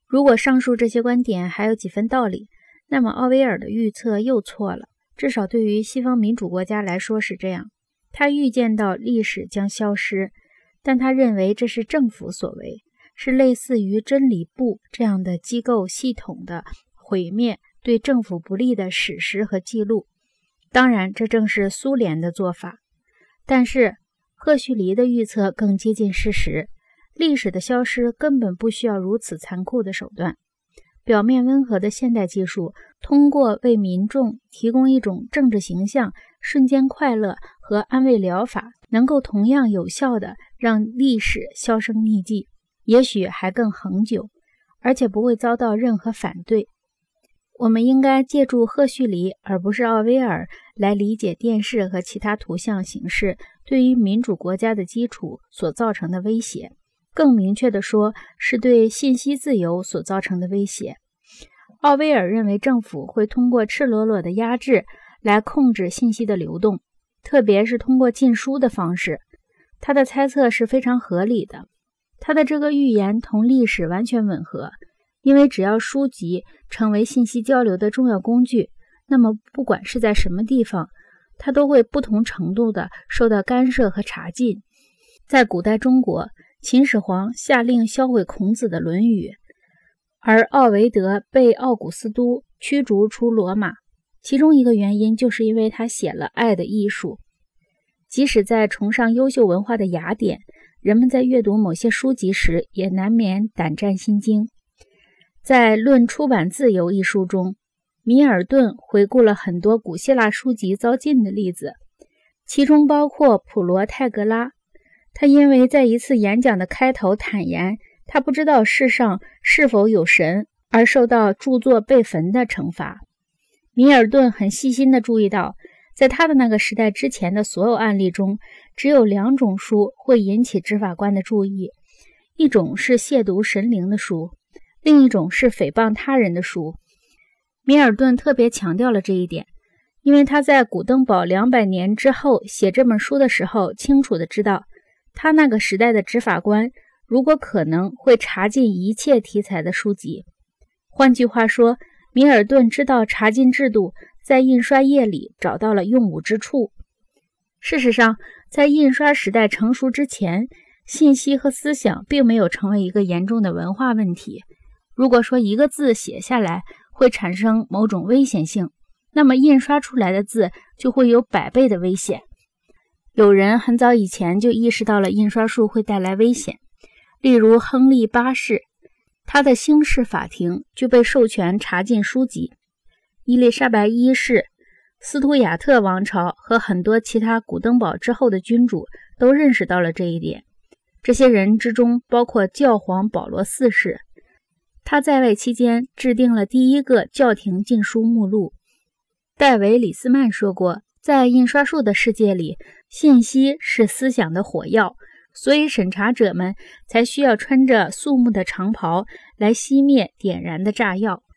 如果上述这些观点还有几分道理，那么奥威尔的预测又错了，至少对于西方民主国家来说是这样。他预见到历史将消失，但他认为这是政府所为，是类似于真理部这样的机构系统的毁灭对政府不利的史实和记录。当然，这正是苏联的做法。但是赫胥黎的预测更接近事实，历史的消失根本不需要如此残酷的手段。表面温和的现代技术，通过为民众提供一种政治形象、瞬间快乐和安慰疗法，能够同样有效地让历史销声匿迹，也许还更恒久，而且不会遭到任何反对。我们应该借助赫胥黎而不是奥威尔来理解电视和其他图像形式对于民主国家的基础所造成的威胁，更明确地说，是对信息自由所造成的威胁。奥威尔认为政府会通过赤裸裸的压制来控制信息的流动，特别是通过禁书的方式。他的猜测是非常合理的，他的这个预言同历史完全吻合，因为只要书籍成为信息交流的重要工具，那么不管是在什么地方，它都会不同程度地受到干涉和查禁。在古代中国，秦始皇下令销毁孔子的《论语》，而奥维德被奥古斯都驱逐出罗马，其中一个原因就是因为他写了《爱的艺术》。即使在崇尚优秀文化的雅典，人们在阅读某些书籍时也难免胆战心惊。在《论出版自由》一书中，米尔顿回顾了很多古希腊书籍遭禁的例子，其中包括普罗泰戈拉。他因为在一次演讲的开头坦言他不知道世上是否有神，而受到著作被焚的惩罚。米尔顿很细心地注意到，在他的那个时代之前的所有案例中，只有2种书会引起执法官的注意，一种是亵渎神灵的书，另一种是诽谤他人的书。米尔顿特别强调了这一点，因为他在古登堡200年之后写这本书的时候，清楚地知道他那个时代的执法官如果可能会查禁一切题材的书籍。换句话说，米尔顿知道查禁制度在印刷业里找到了用武之处。事实上，在印刷时代成熟之前，信息和思想并没有成为一个严重的文化问题。如果说一个字写下来会产生某种危险性，那么印刷出来的字就会有100倍的危险。有人很早以前就意识到了印刷术会带来危险，例如亨利8世，他的兴世法庭就被授权查禁书籍。伊丽莎白1世、斯图亚特王朝和很多其他古登堡之后的君主都认识到了这一点。这些人之中包括教皇保罗4世，他在位期间制定了第一个教廷禁书目录。戴维·李斯曼说过，在印刷术的世界里，信息是思想的火药，所以审查者们才需要穿着肃穆的长袍来熄灭点燃的炸药。